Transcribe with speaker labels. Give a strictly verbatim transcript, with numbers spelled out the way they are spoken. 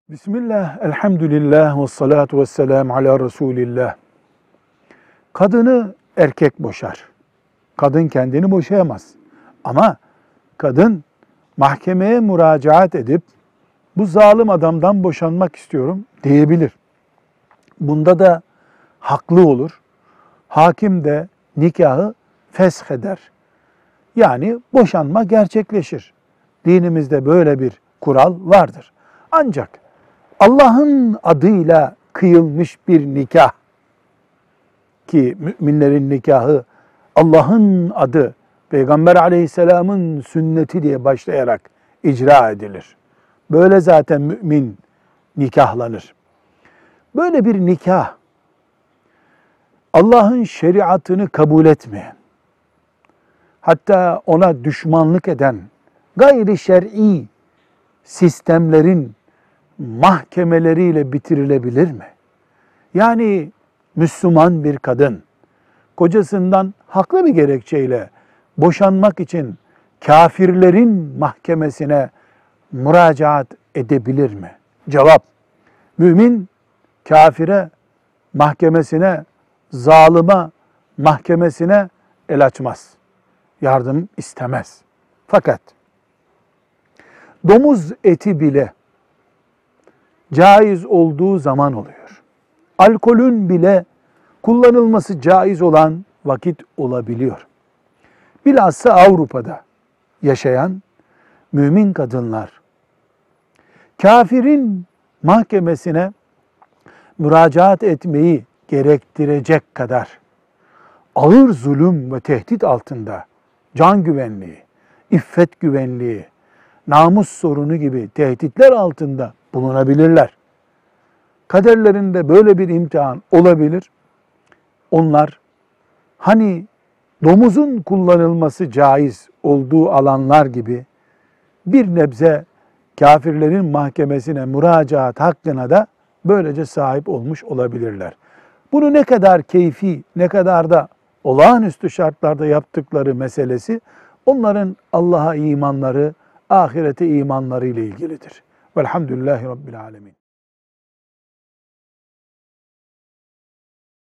Speaker 1: Bismillah, elhamdülillah, ve salatu ve selamu ala Resulillah. Kadını erkek boşar. Kadın kendini boşayamaz. Ama kadın mahkemeye müracaat edip bu zalim adamdan boşanmak istiyorum diyebilir. Bunda da haklı olur. Hakim de nikahı fesheder. Yani boşanma gerçekleşir. Dinimizde böyle bir kural vardır. Ancak Allah'ın adıyla kıyılmış bir nikah ki müminlerin nikahı Allah'ın adı, Peygamber aleyhisselamın sünneti diye başlayarak icra edilir. Böyle zaten mümin nikahlanır. Böyle bir nikah Allah'ın şeriatını kabul etmeyen, hatta ona düşmanlık eden gayri şer'i sistemlerin mahkemeleriyle bitirilebilir mi? Yani Müslüman bir kadın kocasından haklı bir gerekçeyle boşanmak için kafirlerin mahkemesine müracaat edebilir mi? Cevap: mümin kafire mahkemesine, zalime mahkemesine el açmaz. Yardım istemez. Fakat domuz eti bile caiz olduğu zaman oluyor. Alkolün bile kullanılması caiz olan vakit olabiliyor. Bilhassa Avrupa'da yaşayan mümin kadınlar kafirin mahkemesine müracaat etmeyi gerektirecek kadar ağır zulüm ve tehdit altında can güvenliği, iffet güvenliği, namus sorunu gibi tehditler altında bulunabilirler. Kaderlerinde böyle bir imtihan olabilir. Onlar hani domuzun kullanılması caiz olduğu alanlar gibi bir nebze kafirlerin mahkemesine müracaat hakkına da böylece sahip olmuş olabilirler. Bunu ne kadar keyfi, ne kadar da olağanüstü şartlarda yaptıkları meselesi onların Allah'a imanları, ahirete imanları ile ilgilidir. Velhamdülillahi Rabbil Alemin.